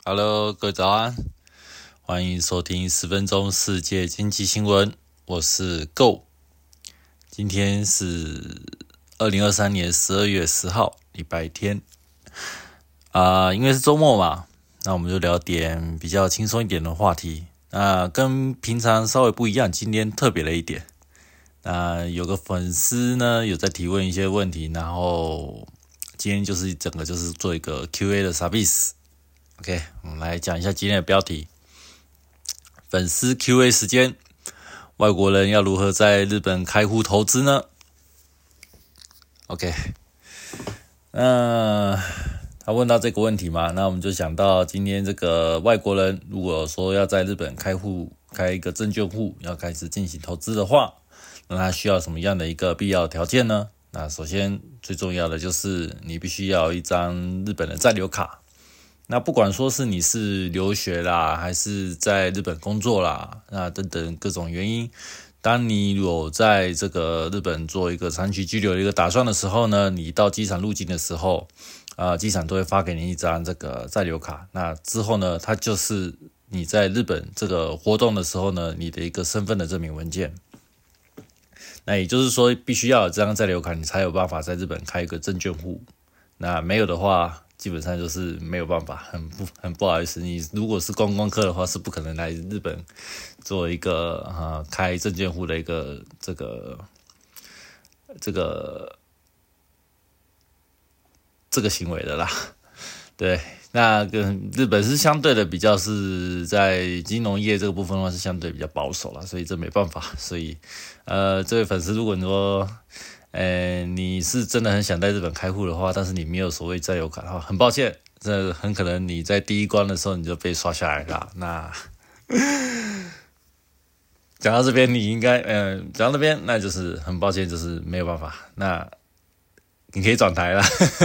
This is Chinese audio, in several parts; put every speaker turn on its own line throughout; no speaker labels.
Hello，各位早安，欢迎收听10分钟世界经济新闻，我是 Go。今天是2023年12月10号，礼拜天。因为是周末嘛，那我们就聊点比较轻松一点的话题。跟平常稍微不一样，今天特别了一点。有个粉丝呢有在提问一些问题，然后今天就是整个就是做一个 Q&A 的 service。OK， 我们来讲一下今天的标题：粉丝 Q&A 时间，外国人要如何在日本开户投资呢 ？OK， 他问到这个问题嘛，那我们就想到今天这个外国人如果说要在日本开一个证券户，要开始进行投资的话，那他需要什么样的一个必要条件呢？那首先最重要的就是你必须要有一张日本的在留卡。那不管说是你是留学啦，还是在日本工作啦，那等等各种原因，当你有在这个日本做一个长期居留的一个打算的时候呢，你到机场入境的时候，机场都会发给你一张这个在留卡。那之后呢，它就是你在日本这个活动的时候呢，你的一个身份的证明文件。那也就是说，必须要有这张在留卡，你才有办法在日本开一个证券户。那没有的话，基本上就是没有办法，很不好意思，你如果是观光客的话，是不可能来日本做一个开证券户的一个这个行为的啦。对，那跟日本是相对的比较是在金融业这个部分的话是相对比较保守啦，所以这没办法。所以这位粉丝，如果你说你是真的很想在日本开户的话，但是你没有所谓在留卡的话，很抱歉，这很可能你在第一关的时候你就被刷下来了。那讲到这边，你应该讲到这边，那就是很抱歉，就是没有办法。那你可以转台了，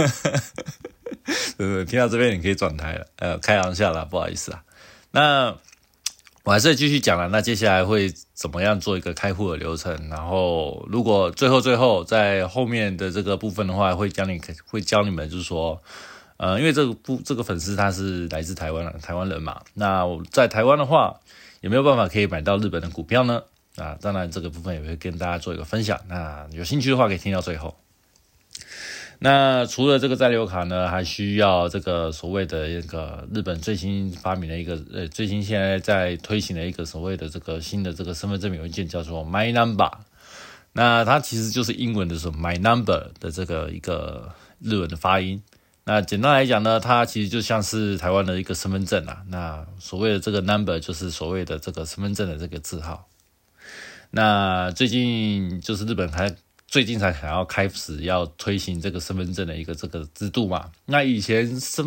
听到这边你可以转台了，开玩笑啦，不好意思啊。那我还是继续讲了，那接下来会怎么样做一个开户的流程？然后，如果最后在后面的这个部分的话，会教你们，就是说，因为这个粉丝他是来自台湾人嘛，那在台湾的话，有没有办法可以买到日本的股票呢？当然这个部分也会跟大家做一个分享。那有兴趣的话，可以听到最后。那除了这个在留卡呢，还需要这个所谓的一个日本最新发明的一个最新现在在推行的一个所谓的这个新的这个身份证明文件，叫做 My Number。那它其实就是英文的说 My Number 的这个一个日文的发音。那简单来讲呢，它其实就像是台湾的一个身份证啦。那所谓的这个 number 就是所谓的这个身份证的这个字号。那最近就是日本最近才想要开始要推行这个身份证的一个这个制度嘛。那以前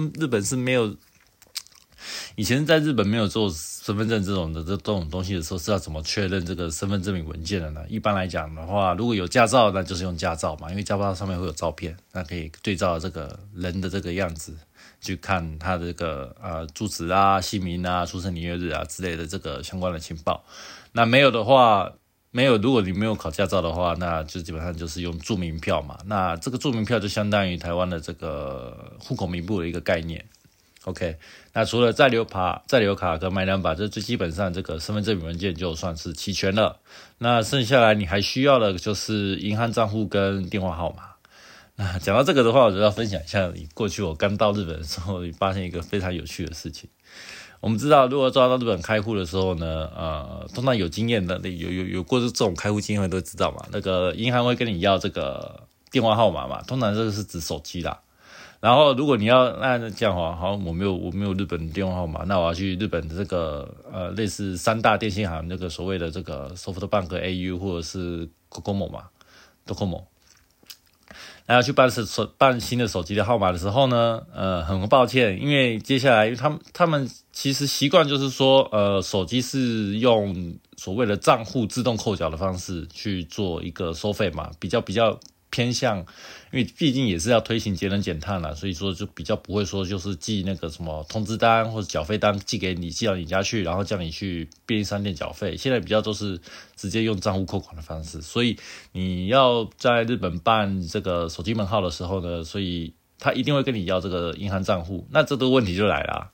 在日本没有做身份证这种东西的时候，是要怎么确认这个身份证明文件的呢？一般来讲的话，如果有驾照，那就是用驾照嘛，因为驾照上面会有照片，那可以对照这个人的这个样子去看他的这个住址啊、姓名啊、出生年月日啊之类的这个相关的情报。那如果你没有考驾照的话，那就基本上就是用住民票嘛。那这个住民票就相当于台湾的这个户口名簿的一个概念。OK， 那除了在留卡跟 My Number， 这最基本上这个身份证明文件就算是齐全了。那剩下来你还需要的就是银行账户跟电话号码。那讲到这个的话，我就要分享一下过去我刚到日本的时候，发现一个非常有趣的事情。我们知道，如果抓到日本开户的时候呢，通常有经验的，有过这种开户经验都知道嘛。那个银行会跟你要这个电话号码嘛，通常这个是指手机啦。然后如果你要那这样好，我没有日本的电话号码，那我要去日本的这个类似三大电信行那个所谓的这个 SoftBank、au 或者是 Docomo 嘛 ，Docomo。那要去办新的手机的号码的时候呢，很抱歉，因为接下来他们其实习惯就是说，手机是用所谓的账户自动扣缴的方式去做一个收费嘛，比较偏向，因为毕竟也是要推行节能减碳啦，所以说就比较不会说就是寄那个什么通知单或者缴费单寄到你家去，然后叫你去便利商店缴费。现在比较都是直接用账户扣款的方式，所以你要在日本办这个手机门号的时候呢，所以他一定会跟你要这个银行账户。那这个问题就来了，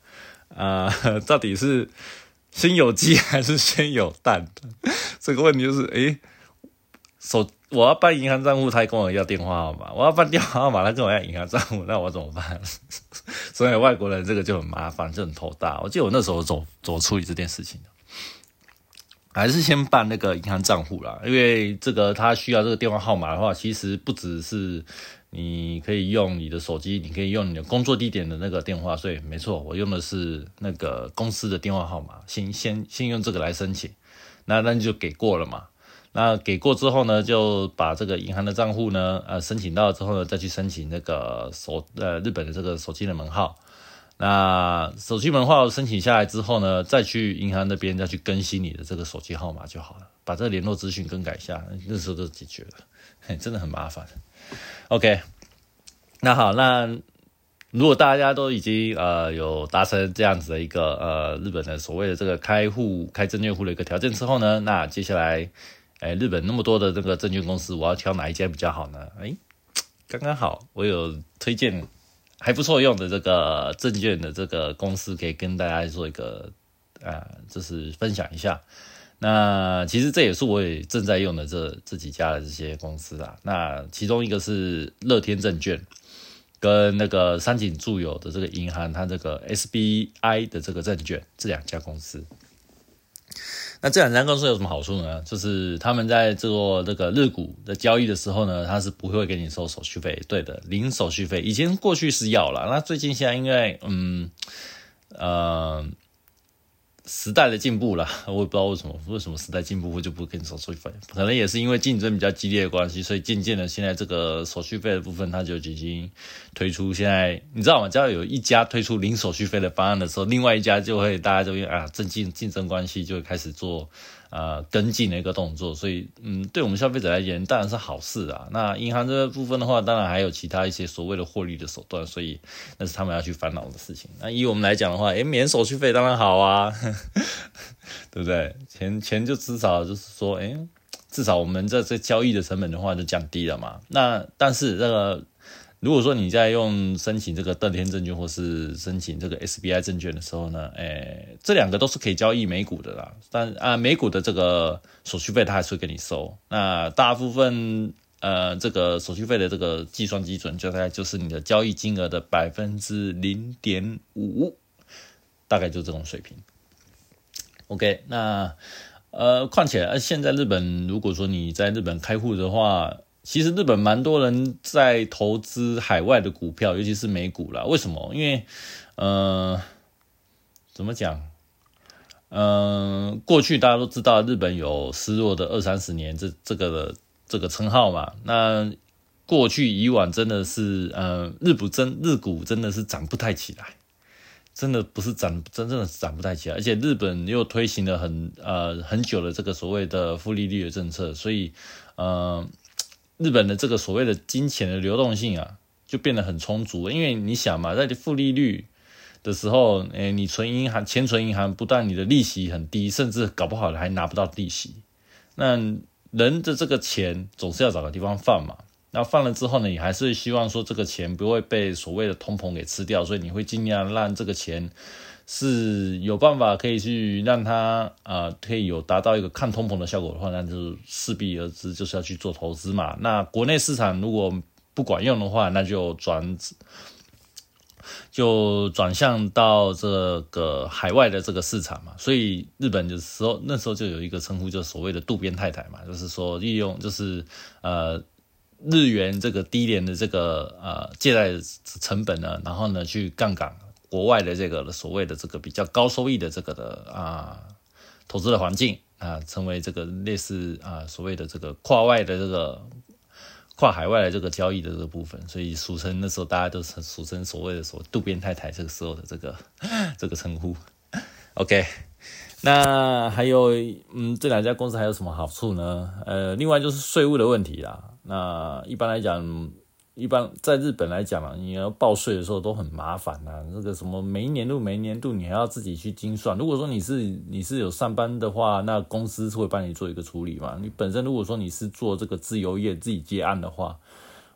到底是先有鸡还是先有蛋？这个问题就是，我要办银行账户，他跟我要电话号码；我要办电话号码，他跟我要银行账户，那我怎么办？所以外国人这个就很麻烦，就很头大。我记得我那时候怎么处理这件事情的，还是先办那个银行账户啦，因为这个他需要这个电话号码的话，其实不只是你可以用你的手机，你可以用你的工作地点的那个电话，所以没错，我用的是那个公司的电话号码，先用这个来申请，那就给过了嘛。那给过之后呢，就把这个银行的账户呢，申请到之后呢，再去申请那个日本的这个手机的门号。那手机门号申请下来之后呢，再去银行那边再去更新你的这个手机号码就好了，把这个联络资讯更改一下，那时候就解决了，真的很麻烦。OK， 那好，那如果大家都已经有达成这样子的一个日本的所谓的这个开证券户的一个条件之后呢，那接下来日本那么多的这个证券公司，我要挑哪一家比较好呢？刚刚好，我有推荐还不错用的这个证券的这个公司，可以跟大家做一个就是分享一下。那其实这也是我也正在用的这几家的这些公司啊。那其中一个是乐天证券，跟那个三井住友的这个银行，它这个 SBI 的这个证券，这两家公司。那这两家公司有什么好处呢？就是他们在做这个日股的交易的时候呢，它是不会给你收手续费，对的，零手续费。以前过去是要啦，那最近现在因为时代的进步啦，我也不知道为什么时代进步就不给你收手续费，可能也是因为竞争比较激烈的关系，所以渐渐的现在这个手续费的部分它就已经推出。现在你知道吗？只要有一家推出零手续费的方案的时候，另外一家大家就因为竞争关系就会开始做跟进的一个动作，所以对我们消费者来讲当然是好事啊。那银行这个部分的话，当然还有其他一些所谓的获利的手段，所以那是他们要去烦恼的事情。那以我们来讲的话，免手续费当然好啊，对不对？钱就至少就是说，至少我们这交易的成本的话就降低了嘛。那但是这个如果说你在申请这个乐天证券或是申请这个 SBI 证券的时候呢，这两个都是可以交易美股的啦，但美股的这个手续费它还是会给你收。那大部分这个手续费的这个计算基准大概就是你的交易金额的 0.5%， 大概就这种水平。OK， 那况且现在日本如果说你在日本开户的话，其实日本蛮多人在投资海外的股票，尤其是美股啦。为什么？因为怎么讲？过去大家都知道日本有失落的20-30年这个称号嘛。那过去以往真的是日股真的是涨不太起来，真的不是真的是涨不太起来，而且日本又推行了很久的这个所谓的负利率的政策，所以日本的这个所谓的金钱的流动性啊，就变得很充足。因为你想嘛，在负利率的时候，你钱存银行，不但你的利息很低，甚至搞不好还拿不到利息。那人的这个钱总是要找个地方放嘛，然后放了之后呢，你还是希望说这个钱不会被所谓的通膨给吃掉，所以你会尽量让这个钱是有办法可以去让它可以有达到一个抗通膨的效果的话，那就势必而之就是要去做投资嘛。那国内市场如果不管用的话，那就转向到这个海外的这个市场嘛。所以日本的时候那时候就有一个称呼，就是所谓的渡边太太嘛，就是说利用就是日元这个低廉的这个借贷成本呢，然后呢去杠杆国外的这个所谓的这个比较高收益的这个的投资的环境成为这个类似所谓的这个跨海外的这个交易的这个部分，所以俗称那时候大家都是俗称所谓的渡边太太这个时候的这个称呼。OK， 那还有这两家公司还有什么好处呢？另外就是税务的问题啦。那一般来讲，在日本来讲你要报税的时候都很麻烦啊。这个什么每一年度你还要自己去精算。如果说你是有上班的话，那公司会帮你做一个处理嘛。你本身如果说你是做这个自由业自己接案的话，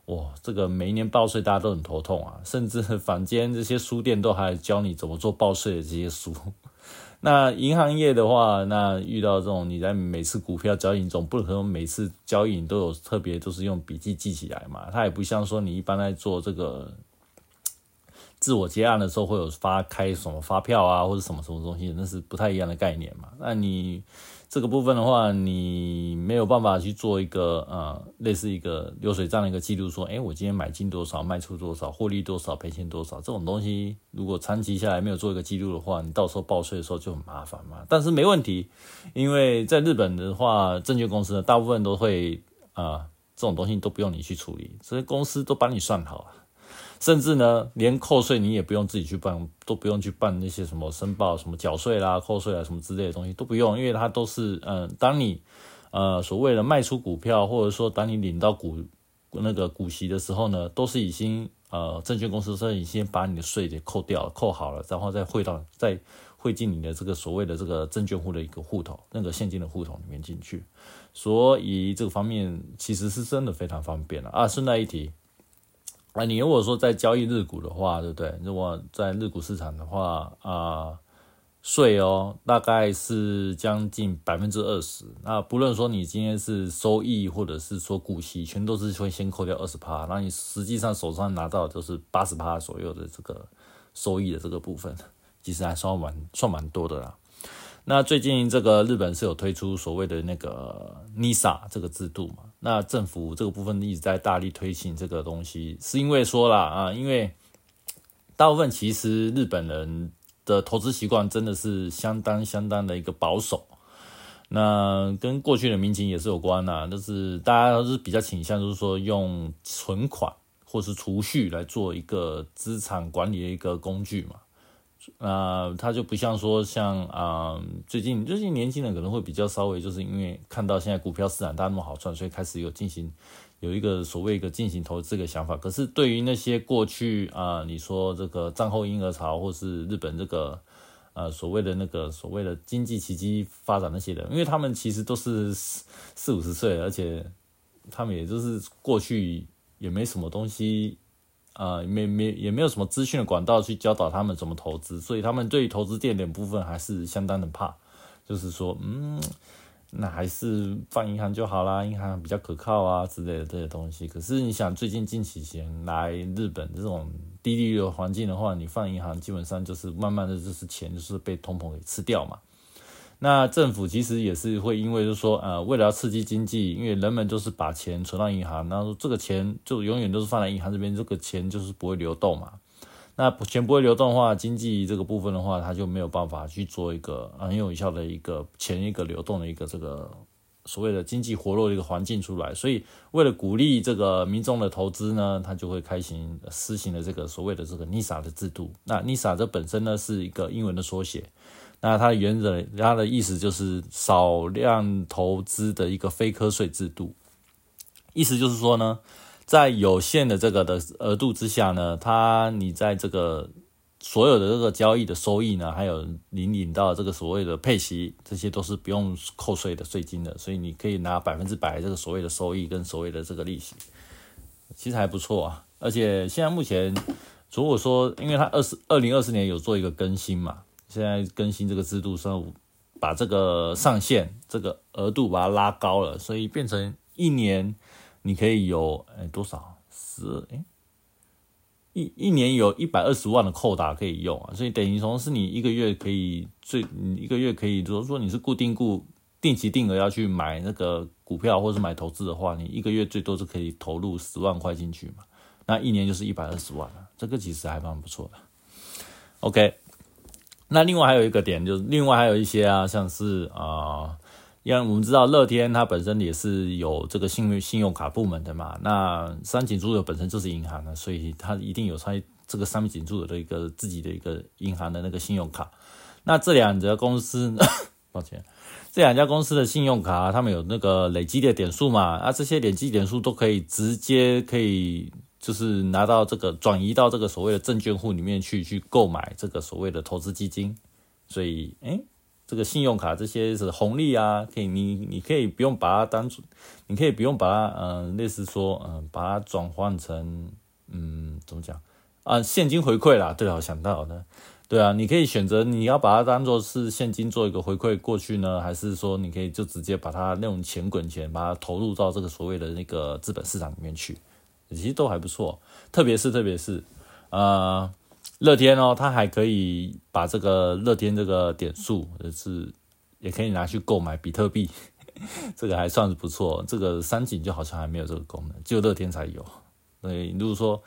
哇，这个每一年报税大家都很头痛啊，甚至坊间这些书店都还教你怎么做报税的这些书。那银行业的话，那遇到这种你在每次股票交易总不可能每次交易你都有特别都是用笔记记起来嘛，它也不像说你一般在做这个自我结案的时候会有开什么发票啊或者什么东西，那是不太一样的概念嘛。那你这个部分的话，你没有办法去做一个类似一个流水账的一个记录，说我今天买进多少，卖出多少，获利多少，赔钱多少，这种东西如果长期下来没有做一个记录的话，你到时候报税的时候就很麻烦嘛。但是没问题，因为在日本的话，证券公司呢大部分都会这种东西都不用你去处理，这些公司都帮你算好了。甚至呢，连扣税你也不用自己去办，都不用去办那些什么申报、什么缴税啦、扣税啦什么之类的东西都不用，因为它都是当你所谓的卖出股票，或者说当你领到股息的时候呢，都是已经证券公司是已经把你的税给扣掉了、扣好了，然后再汇进你的这个所谓的这个证券户的一个户头，那个现金的户头里面进去，所以这个方面其实是真的非常方便了啊。顺带一提。你如果说在交易日股的话，对不对？如果在日股市场的话，税大概是将近 20%。那不论说你今天是收益或者是说股息，全都是会先扣掉 20%， 那你实际上手上拿到的就是 80% 左右的这个收益的这个部分，其实还算蛮多的啦。那最近这个日本是有推出所谓的那个 NISA 这个制度嘛？那政府这个部分一直在大力推行这个东西，是因为说啦因为大部分其实日本人的投资习惯真的是相当的一个保守，那跟过去的民情也是有关啦，就是大家都是比较倾向就是说用存款或是储蓄来做一个资产管理的一个工具嘛。它就不像说最近年轻人可能会比较稍微就是因为看到现在股票市场大家那么好赚，所以开始有一个所谓一个进行投资这个想法。可是对于那些过去你说这个战后婴儿潮或是日本这个所谓的经济奇迹发展那些人，因为他们其实都是40-50岁，而且他们也就是过去也没什么东西。也没有什么资讯的管道去教导他们怎么投资，所以他们对于投资这点部分还是相当的怕，就是说，那还是放银行就好啦，银行比较可靠啊之类的这些东西。可是你想，最近近期前来日本这种低利率的环境的话，你放银行基本上就是慢慢的就是钱就是被通膨给吃掉嘛。那政府其实也是会因为就是说为了要刺激经济，因为人们就是把钱存到银行，然后这个钱就永远都是放在银行这边，这个钱就是不会流动嘛。那钱不会流动的话，经济这个部分的话，它就没有办法去做一个很有效的一个钱一个流动的一个这个所谓的经济活络的一个环境出来。所以为了鼓励这个民众的投资呢，它就会施行了这个所谓的这个 NISA 的制度。那 NISA 这本身呢是一个英文的缩写。那它的意思就是少量投资的一个非课税制度，意思就是说呢，在有限的这个的额度之下呢，你在这个所有的这个交易的收益呢，还有你领到这个所谓的配息，这些都是不用扣税的税金的，所以你可以拿100%这个所谓的收益跟所谓的这个利息，其实还不错啊。而且现在目前如果说，因为它2024年有做一个更新嘛。现在更新这个制度上，把这个上限这个额度把它拉高了，所以变成一年你可以有多少一年有120万的扣打可以用啊，所以等于说是你一个月可以如果说你是定期定额要去买那个股票或是买投资的话，你一个月最多是可以投入10万块进去嘛，那一年就是120万了，这个其实还蛮不错的。OK。那另外还有一个点，就是另外还有一些像是因为我们知道乐天它本身也是有这个信用卡部门的嘛，那三井住友本身就是银行的，所以它一定有它这个三井住友的一个自己的一个银行的那个信用卡。那这两家公司这两家公司的信用卡他们有那个累积的点数嘛，这些累积点数都可以直接就是拿到这个转移到这个所谓的证券户里面去购买这个所谓的投资基金，所以这个信用卡这些是红利啊，你可以不用把它当做，你可以不用把它类似说把它转换成怎么讲现金回馈啦。对了，我想到的，对啊，你可以选择你要把它当做是现金做一个回馈过去呢，还是说你可以就直接把它那种钱滚钱，把它投入到这个所谓的那个资本市场里面去，其实都还不错。特别是乐天哦，它还可以把这个乐天这个点数，也可以拿去购买比特币，这个还算是不错。这个三井就好像还没有这个功能，只有乐天才有。对，如果说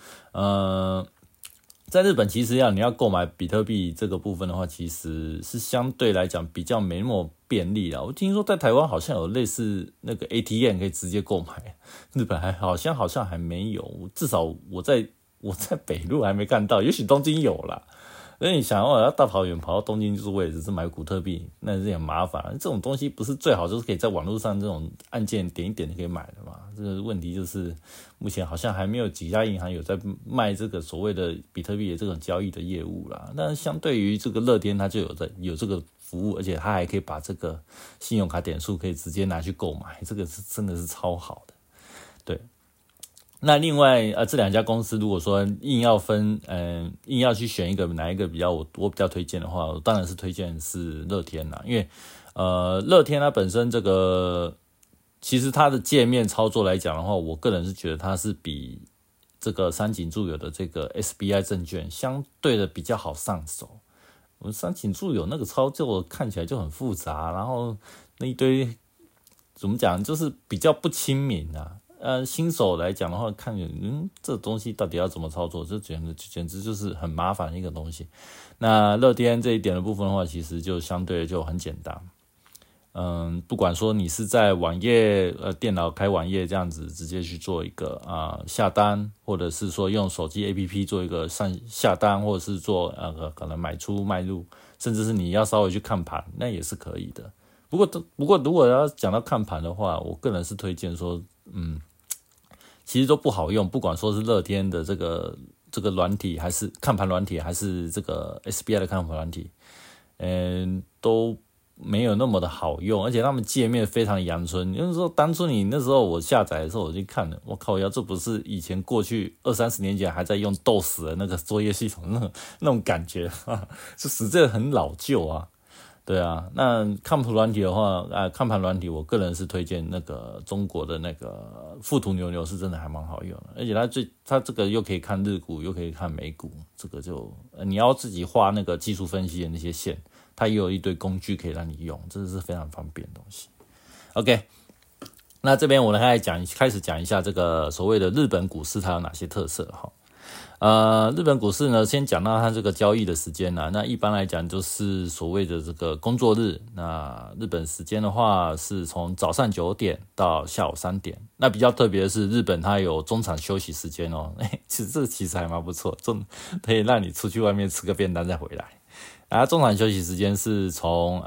在日本其实你要购买比特币这个部分的话，其实是相对来讲比较没那么便利啦。我听说在台湾好像有类似那个 ATM 可以直接购买，日本好像还没有，至少我在北陆还没看到，也许东京有啦。所以你想要大跑远跑到东京，就是为了只是买比特币，那是很麻烦。这种东西不是最好就是可以在网络上这种按键点一点就可以买的嘛？这个问题就是目前好像还没有几家银行有在卖这个所谓的比特币的这种交易的业务啦。但相对于这个乐天，它就有这个服务，而且它还可以把这个信用卡点数可以直接拿去购买，这个是真的是超好的，对。那另外这两家公司如果说硬要去选哪一个我比较推荐的话，我当然是推荐是乐天啦。因为乐天它本身这个其实它的界面操作来讲的话，我个人是觉得它是比这个三井住友的这个 SBI 证券相对的比较好上手。我们三井住友那个操作看起来就很复杂，然后那一堆怎么讲就是比较不亲民啊。新手来讲的话，看这东西到底要怎么操作，这简直就是很麻烦的一个东西。那乐天这一点的部分的话，其实就相对就很简单。不管说你是在网页电脑开网页这样子直接去做一个下单，或者是说用手机 APP 做一个下单，或者是做可能买出卖入，甚至是你要稍微去看盘，那也是可以的。不过如果要讲到看盘的话，我个人是推荐说其实都不好用，不管说是乐天的这个软体，还是看盘软体，还是这个 SBI 的看盘软体，都没有那么的好用，而且他们界面非常阳春。就是说当初你那时候我下载的时候，我就看了，我靠呀，这不是以前过去20-30年前还在用DOS的那个作业系统那种感觉，就实在很老旧啊。对啊，那看盘软体的话，看盘软体我个人是推荐那个中国的那个富途牛牛，是真的还蛮好用的，而且它这个又可以看日股，又可以看美股，这个就你要自己画那个技术分析的那些线，它也有一堆工具可以让你用，这是非常方便的东西。OK， 那这边我们开始讲一下这个所谓的日本股市它有哪些特色哈。日本股市呢，先讲到它这个交易的时间啦。那一般来讲就是所谓的这个工作日。那日本时间的话是从早上9点到下午3点。那比较特别的是，日本它有中场休息时间哦。其实还蛮不错，可以让你出去外面吃个便当再回来。中场休息时间是从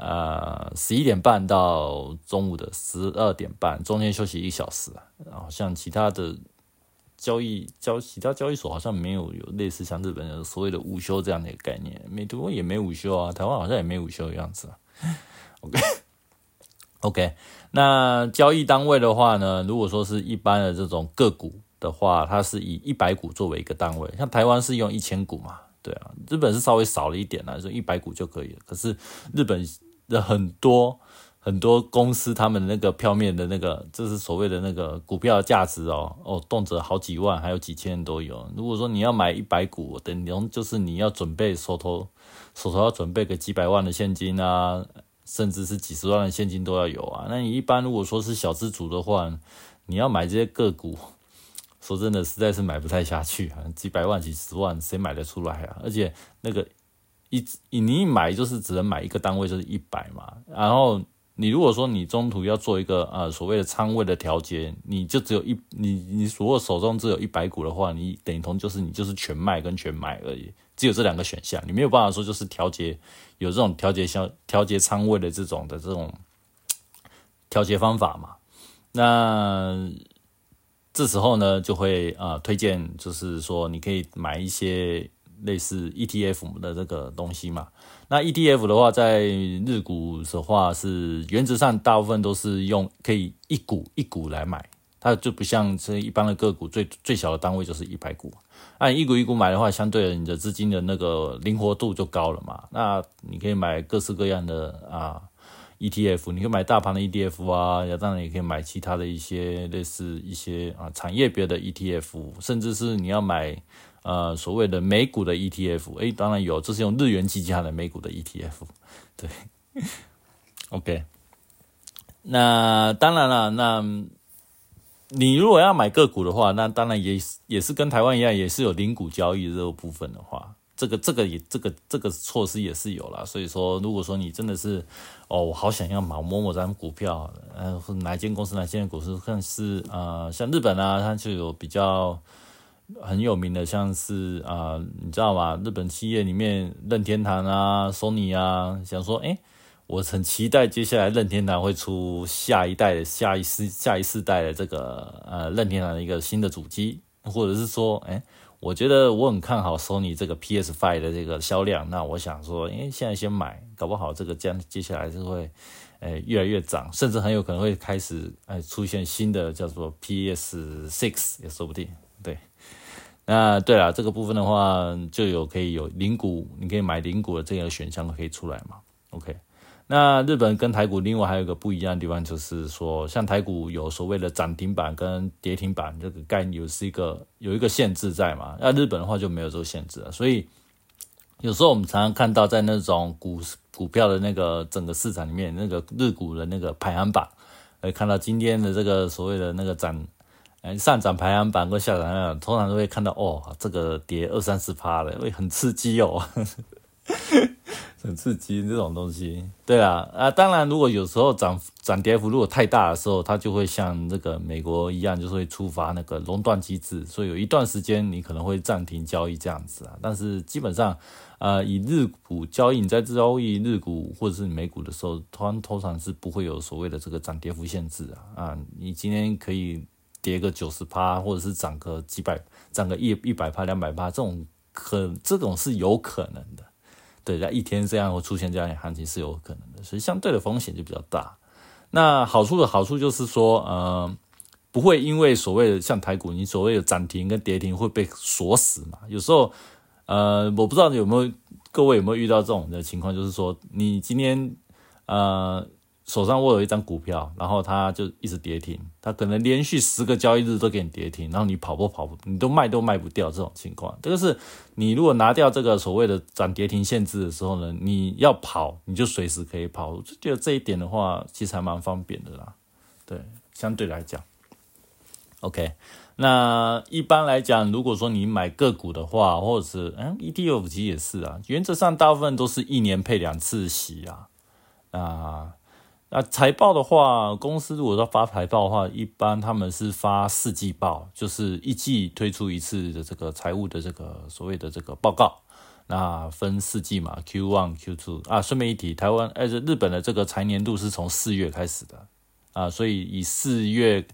11点半到中午的12点半，中间休息1小时。然后像其他交易所好像没有类似像日本的所谓的午休这样的一个概念，美国也没午休啊，台湾好像也没午休的样子啊。OK， 那交易单位的话呢，如果说是一般的这种个股的话，它是以100股作为一个单位，像台湾是用1000股嘛，对啊，日本是稍微少了一点啦，就100股就可以了。可是日本的很多公司他们那个票面的那个，就是所谓的那个股票的价值动辄好几万，还有几千都有。如果说你要买100股，等于就是你要准备手头要准备个几百万的现金啊，甚至是几十万的现金都要有啊。那你一般如果说是小资族的话，你要买这些个股，说真的实在是买不太下去啊，几百万几十万谁买得出来啊？而且那个你一买就是只能买一个单位，就是100嘛，然后你如果说你中途要做一个所谓的仓位的调节，你就只有你如果手中只有100股的话，你等同就是你就是全卖跟全买而已，只有这两个选项，你没有办法说就是有这种调节仓位的这种调节方法嘛。那这时候呢就会推荐就是说你可以买一些类似 ETF 的这个东西嘛。那 ETF 的话，在日股的话是原则上大部分都是用可以一股一股来买，它就不像这一般的个股最小的单位就是100股。那你一股一股买的话，相对的你的资金的那个灵活度就高了嘛。那你可以买各式各样的ETF， 你可以买大盘的 ETF 啊，当然也可以买其他的一些类似一些产业别的 ETF， 甚至是你要买所谓的美股的 ETF， 当然有，这是用日元计价的美股的 ETF， 对，OK。那当然了，那你如果要买个股的话，那当然也是跟台湾一样，也是有零股交易这个部分的话，这个措施也是有啦。所以说，如果说你真的是我好想要买某某张股票，或哪一间公司像是像日本啊，它就有比较很有名的，像是你知道吗？日本企业里面任天堂啊、Sony 啊，想说我很期待接下来任天堂会出下一世代的这个任天堂的一个新的主机，或者是说我觉得我很看好 Sony 这个 PS5 的这个销量，那我想说现在先买，搞不好这个接下来就会越来越涨，甚至很有可能会开始出现新的叫做 PS6 也说不定。对，那对啦，这个部分的话就可以有零股，你可以买零股的这个选项可以出来嘛。 OK，那日本跟台股另外还有一个不一样的地方，就是说像台股有所谓的涨停板跟跌停板这个概念有一个限制在嘛，那日本的话就没有这个限制了，所以有时候我们常常看到在那种股票的那个整个市场里面，那个日股的那个排行榜，看到今天的这个所谓的那个上涨排行榜跟下涨排行榜，通常都会看到这个跌20-30%的，会很刺激哦。很刺激这种东西，对啦，当然如果有时候涨跌幅如果太大的时候，它就会像这个美国一样，就是会触发那个熔断机制，所以有一段时间你可能会暂停交易这样子啊。但是基本上，以日股交易，你在交易日股或者是美股的时候，通常是不会有所谓的这个涨跌幅限制啊。你今天可以跌个90%，或者是涨个几百，涨个100%、200%，这种是有可能的。对，在一天这样会出现这样的行情是有可能的，所以相对的风险就比较大。那好处就是说，不会因为所谓的像台股，你所谓的涨停跟跌停会被锁死嘛？有时候，我不知道各位有没有遇到这种的情况，就是说你今天手上握有一张股票，然后它就一直跌停，它可能连续10个交易日都给你跌停，然后你跑不，你都卖不掉这种情况。这个是你如果拿掉这个所谓的涨跌停限制的时候呢，你要跑你就随时可以跑。我就觉得这一点的话，其实还蛮方便的啦。对，相对来讲 ，OK。那一般来讲，如果说你买个股的话，或者是ETF 其实也是啊，原则上大部分都是1年配2次息啊。那财报的话，公司如果要发财报的话，一般他们是发4季报，就是1季推出一次的这个财务的这个所谓的这个报告。那分4季嘛 ，Q1、Q2 顺便一提，日本的这个财年度是从4月开始的所以以4月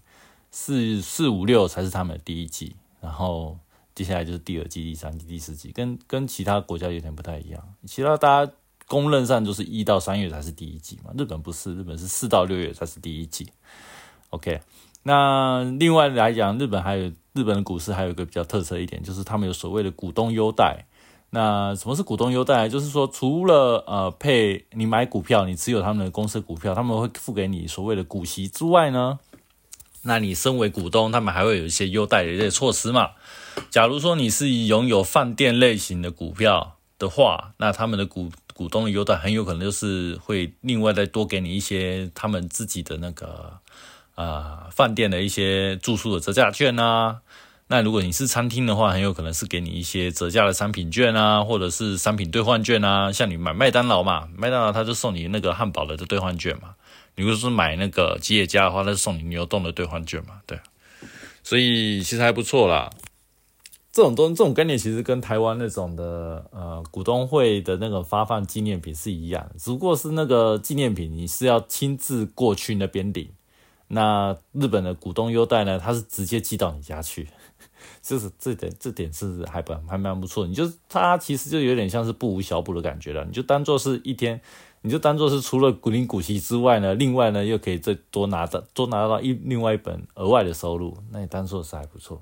4、5、6才是他们的第1季，然后接下来就是第2季、第3季、第4季，跟其他国家有点不太一样，其他大家公认上就是1到3月才是第1季嘛，日本不是，日本是4到6月才是第1季。OK， 那另外来讲，日本的股市还有一个比较特色一点，就是他们有所谓的股东优待。那什么是股东优待？就是说除了你买股票，你持有他们的公司的股票，他们会付给你所谓的股息之外呢，那你身为股东，他们还会有一些优待的一些措施嘛。假如说你是拥有饭店类型的股票的话，那他们的股东的优待很有可能就是会另外再多给你一些他们自己的那个饭店的一些住宿的折价券啊。那如果你是餐厅的话，很有可能是给你一些折价的商品券啊，或者是商品兑换券啊。像你买麦当劳嘛，麦当劳他就送你那个汉堡的兑换券嘛。你如果是买那个吉野家的话，他就送你牛冻的兑换券嘛。对，所以其实还不错啦。这种概念其实跟台湾那种的股东会的那个发放纪念品是一样的，只不过是那个纪念品你是要亲自过去那边领，那日本的股东优待呢，它是直接寄到你家去， 就是这点是还蛮不错。它其实就有点像是不无小补的感觉了。你就当做是一天，你就当做是除了股息之外呢，另外呢又可以再多拿到另外一本额外的收入，那你当做是还不错。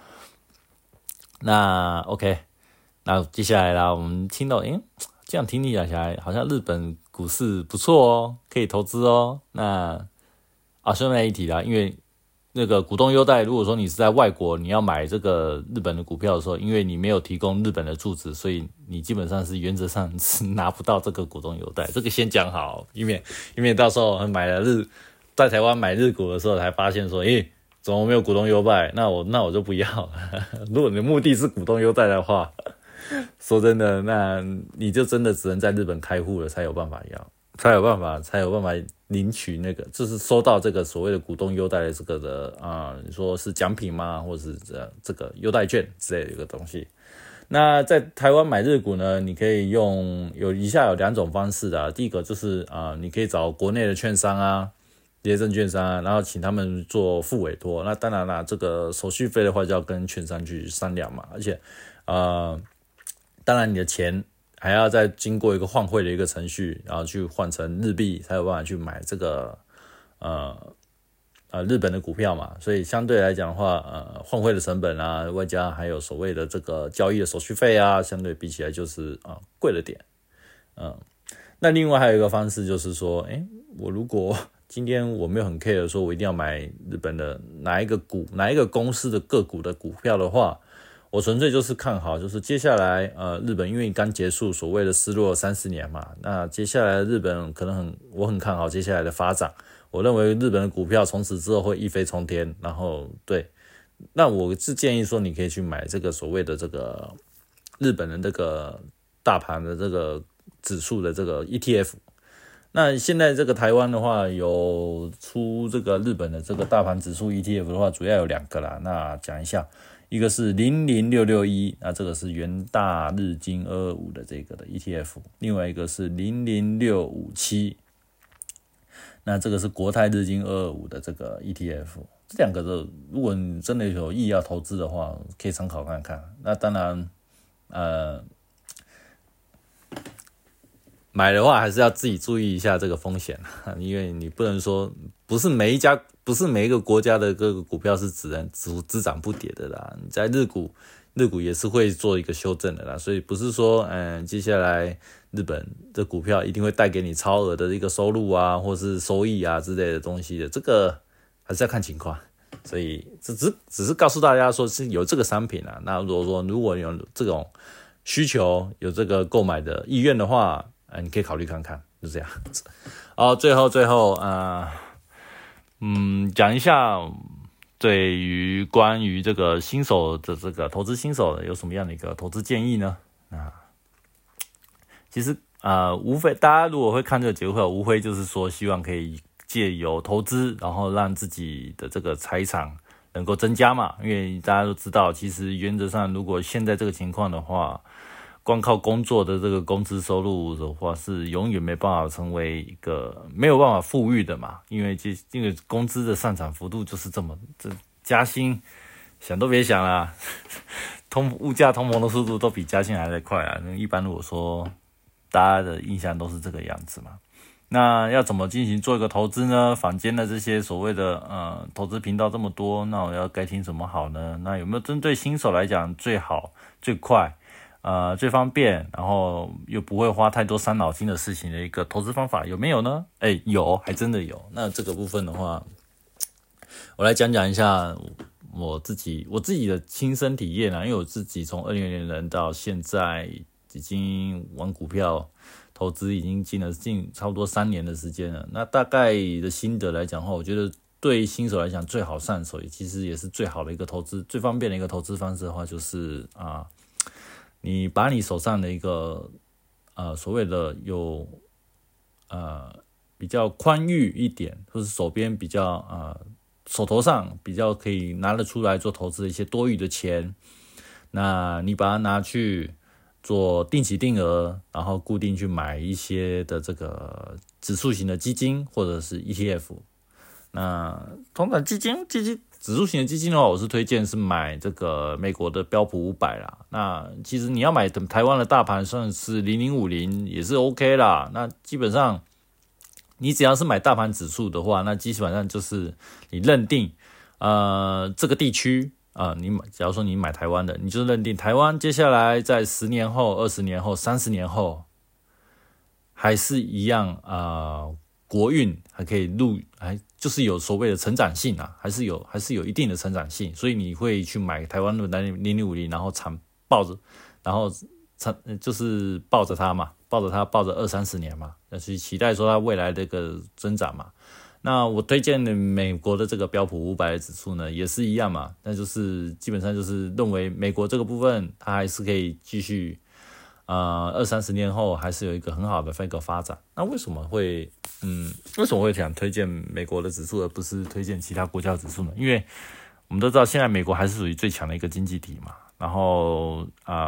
那 OK， 那接下来啦，我们听到这样听起来好像日本股市不错哦，可以投资哦。那顺便一提啦，因为那个股东优待，如果说你是在外国，你要买这个日本的股票的时候，因为你没有提供日本的住址，所以你基本上是原则上是拿不到这个股东优待。这个先讲好，因为到时候在台湾买日股的时候才发现说，怎么没有股东优待？那我就不要了。如果你的目的是股东优待的话，说真的，那你就真的只能在日本开户了才有办法领取那个，就是收到这个所谓的股东优待的这个的你说是奖品吗？或者是这个优待券之类的一个东西。那在台湾买日股呢，你可以以下有2种方式的。第一个就是你可以找国内的券商啊。这些证券商啊，然后请他们做副委托。那当然啦，这个手续费的话就要跟券商去商量嘛。而且，当然你的钱还要再经过一个换汇的一个程序，然后去换成日币，才有办法去买这个日本的股票嘛。所以相对来讲的话，换汇的成本啊，外加还有所谓的这个交易的手续费啊，相对比起来就是贵了点。那另外还有一个方式就是说，我如果今天我没有很 care 说我一定要买日本的哪一个公司的个股的股票的话，我纯粹就是看好，就是接下来日本因为刚结束所谓的失落30年嘛，那接下来日本可能我很看好接下来的发展，我认为日本的股票从此之后会一飞冲天，然后对，那我是建议说你可以去买这个所谓的这个日本的这个大盘的这个指数的这个 ETF。那现在这个台湾的话，有出这个日本的这个大盘指数 ETF 的话，主要有2个啦。那讲一下，一个是00661，那这个是元大日经225的这个的 ETF， 另外一个是00657，那这个是国泰日经225的这个 ETF。这2个的，如果你真的有意要投资的话，可以参考看看。那当然，买的话还是要自己注意一下这个风险，因为你不能说不是每一个国家的各个股票是只涨不跌的啦。你在日股也是会做一个修正的啦，所以不是说接下来日本的股票一定会带给你超额的一个收入啊，或是收益啊之类的东西的，这个还是要看情况。所以只是告诉大家说是有这个商品啊。那如果有这种需求，有这个购买的意愿的话，你可以考虑看看，就这样子。最后讲一下对于关于这个新手的这个投资新手的有什么样的一个投资建议呢？其实无非大家如果会看这个节目，无非就是说希望可以借由投资，然后让自己的这个财产能够增加嘛。因为大家都知道，其实原则上如果现在这个情况的话，光靠工作的这个工资收入的话，是永远没办法成为一个没有办法富裕的嘛。因为工资的上涨幅度就是这加薪想都别想啦，物价通膨的速度都比加薪还在快啊。一般如果说大家的印象都是这个样子嘛。那要怎么进行做一个投资呢？坊间的这些所谓的投资频道这么多，那我要该听什么好呢？那有没有针对新手来讲最好最快最方便，然后又不会花太多伤脑筋的事情的一个投资方法有没有呢？有，还真的有。那这个部分的话，我来讲一下我自己的亲身体验啊。因为我自己从2020年到现在已经玩股票投资已经进差不多3年的时间了。那大概的心得来讲的话，我觉得对新手来讲最好上手，其实也是最好的一个投资，最方便的一个投资方式的话，就是你把你手上的一个所谓的有比较宽裕一点，或是手边比较手头上比较可以拿得出来做投资的一些多余的钱，那你把它拿去做定期定额，然后固定去买一些的这个指数型的基金或者是 ETF。那通常基金指数型的基金的话，我是推荐是买这个美国的标普500啦。那其实你要买台湾的大盘，算是0050也是 OK 啦。那基本上你只要是买大盘指数的话，那基本上就是你认定这个地区假如说你买台湾的，你就认定台湾接下来在10年后、20年后、30年后还是一样国运还可以还就是有所谓的成长性还是有一定的成长性，所以你会去买台湾的0050，然后抱着，然后就是抱着它嘛，抱着20-30年嘛，那是期待说它未来的一个增长嘛。那我推荐的美国的这个标普500的指数呢，也是一样嘛，那就是基本上就是认为美国这个部分它还是可以继续20-30年后还是有一个很好的一个发展。那为什么会想推荐美国的指数而不是推荐其他国家的指数呢？因为我们都知道现在美国还是属于最强的一个经济体嘛，然后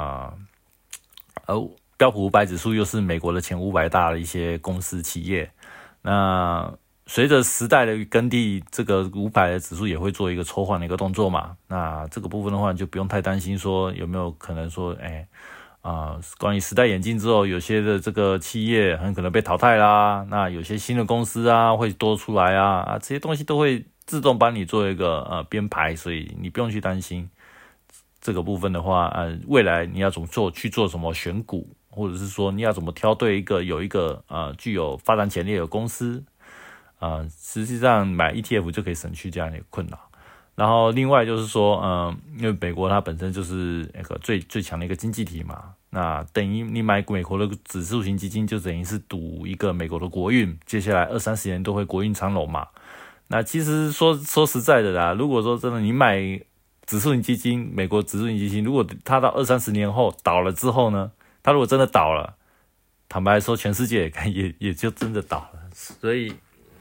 标普500指数又是美国的前500大的一些公司企业，那随着时代的更替，这个500的指数也会做一个抽换的一个动作嘛。那这个部分的话，你就不用太担心说有没有可能说，关于时代演进之后，有些的这个企业很可能被淘汰啦。那有些新的公司会多出来这些东西都会自动帮你做一个编排，所以你不用去担心这个部分的话，未来你要怎么去做什么选股，或者是说你要怎么挑对有一个具有发展潜力的公司。实际上买 ETF 就可以省去这样的一个困扰。然后另外就是说，因为美国它本身就是那个最强的一个经济体嘛，那等于你买美国的指数型基金，就等于是赌一个美国的国运，接下来20-30年都会国运长龙嘛。那其实说实在的啦，如果说真的你买指数型基金，美国指数型基金，如果它到20-30年后倒了之后呢，它如果真的倒了，坦白说，全世界也就真的倒了。所以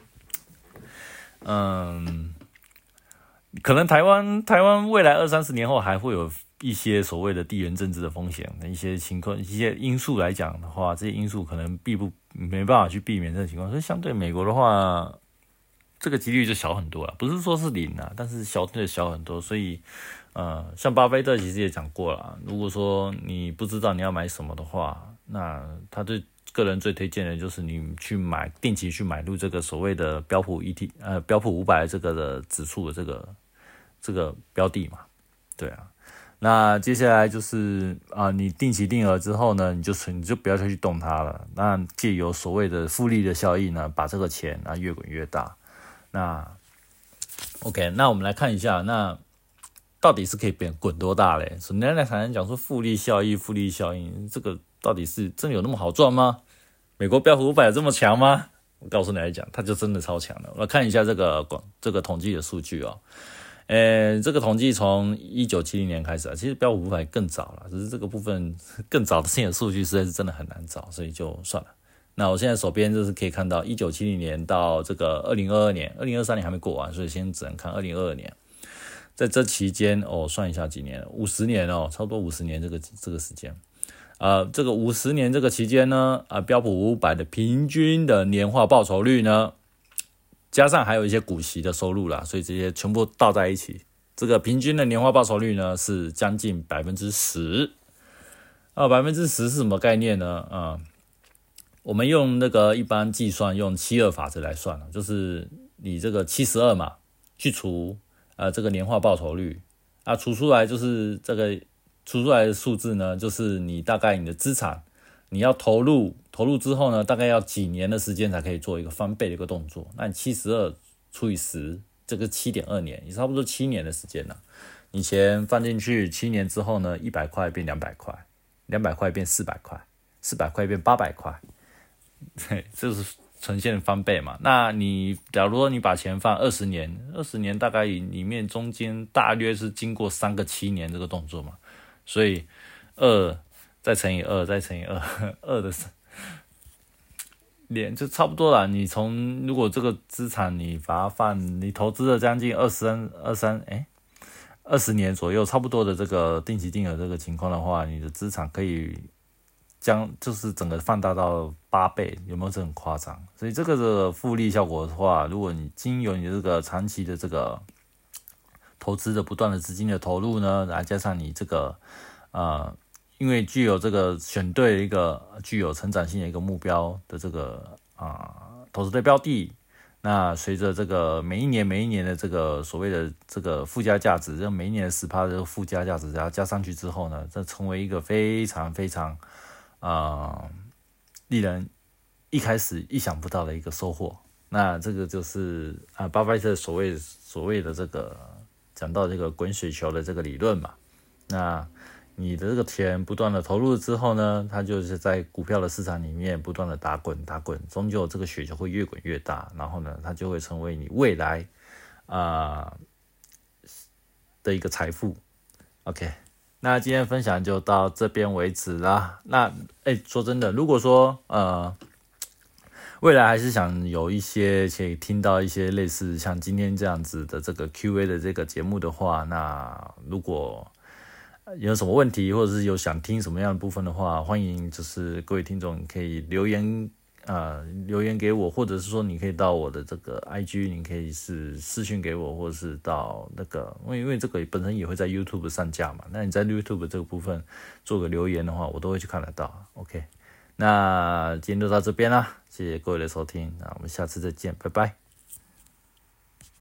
可能台湾未来20-30年后还会有一些所谓的地缘政治的风险的一些情况、一些因素来讲的话，这些因素可能没办法去避免这个情况，所以相对美国的话，这个几率就小很多了，不是说是0但是小很多。所以像巴菲特其实也讲过了，如果说你不知道你要买什么的话，那他对个人最推荐的就是你定期去买入这个所谓的标普500这个的指数的这个标的嘛，对啊。那接下来就是你定期定额之后呢，你就不要再去动它了。那借由所谓的复利的效益呢，把这个钱越滚越大。那 OK， 那我们来看一下，那到底是可以滚多大嘞？首先来谈讲说复利效应，这个到底是真的有那么好赚吗？美国标普500有这么强吗？我告诉你来讲，它就真的超强了。我来看一下这个统计的数据这个统计从1970年开始其实标普500更早了，只是这个部分更早的这些数据实在是真的很难找，所以就算了。那我现在手边就是可以看到1970年到这个2022年，2023年还没过完，所以先只能看2022年。在这期间算一下几年了，50年差不多50年这个时间。这个50年这个期间呢，标普500的平均的年化报酬率呢，加上还有一些股息的收入啦，所以这些全部倒在一起，这个平均的年化报酬率呢是将近 10%。10% 是什么概念呢？我们用那个一般计算用72法则来算，就是你这个72嘛，去除这个年化报酬率除出来就是这个除出来的数字呢，就是你大概你的资产你要投入之后呢，大概要几年的时间才可以做一个翻倍的一个动作。那你72除以10，这个 7.2 年，也差不多7年的时间了。你钱放进去7年之后呢，100块变200块，200块变400块，400块变800块，对，这是呈现翻倍嘛。那你假如说你把钱放20年大概里面中间大约是经过3个7年这个动作嘛，所以2再乘以2再乘以2的脸就差不多了。你如果这个资产你把它你投资了将近20年左右，差不多的这个定期定额这个情况的话，你的资产可以就是整个放大到8倍，有没有？这很夸张。所以这个的复利效果的话，如果你经由你这个长期的这个投资的不断的资金的投入呢，来加上你这个因为具有这个选对一个具有成长性的一个目标的这个投资的标的，那随着这个每一年的这个所谓的这个附加价值，这每一年的10%的这个附加价值，然后加上去之后呢，这成为一个非常非常令人一开始意想不到的一个收获。那这个就是巴菲特所谓的这个讲到这个滚雪球的这个理论嘛。那你的这个钱不断的投入之后呢，它就是在股票的市场里面不断的打滚，终究这个雪球会越滚越大，然后呢，它就会成为你未来的一个财富。OK， 那今天分享就到这边为止啦。那说真的，如果说未来还是想有一些可以听到一些类似像今天这样子的这个 Q&A 的这个节目的话，那如果有什么问题，或者是有想听什么样的部分的话，欢迎就是各位听众可以留言给我，或者是说你可以到我的这个 IG， 你可以是私讯给我，或者是到那个因为这个本身也会在 YouTube 上架嘛，那你在 YouTube 这个部分做个留言的话，我都会去看得到。OK， 那今天就到这边啦，谢谢各位的收听，那我们下次再见，拜拜。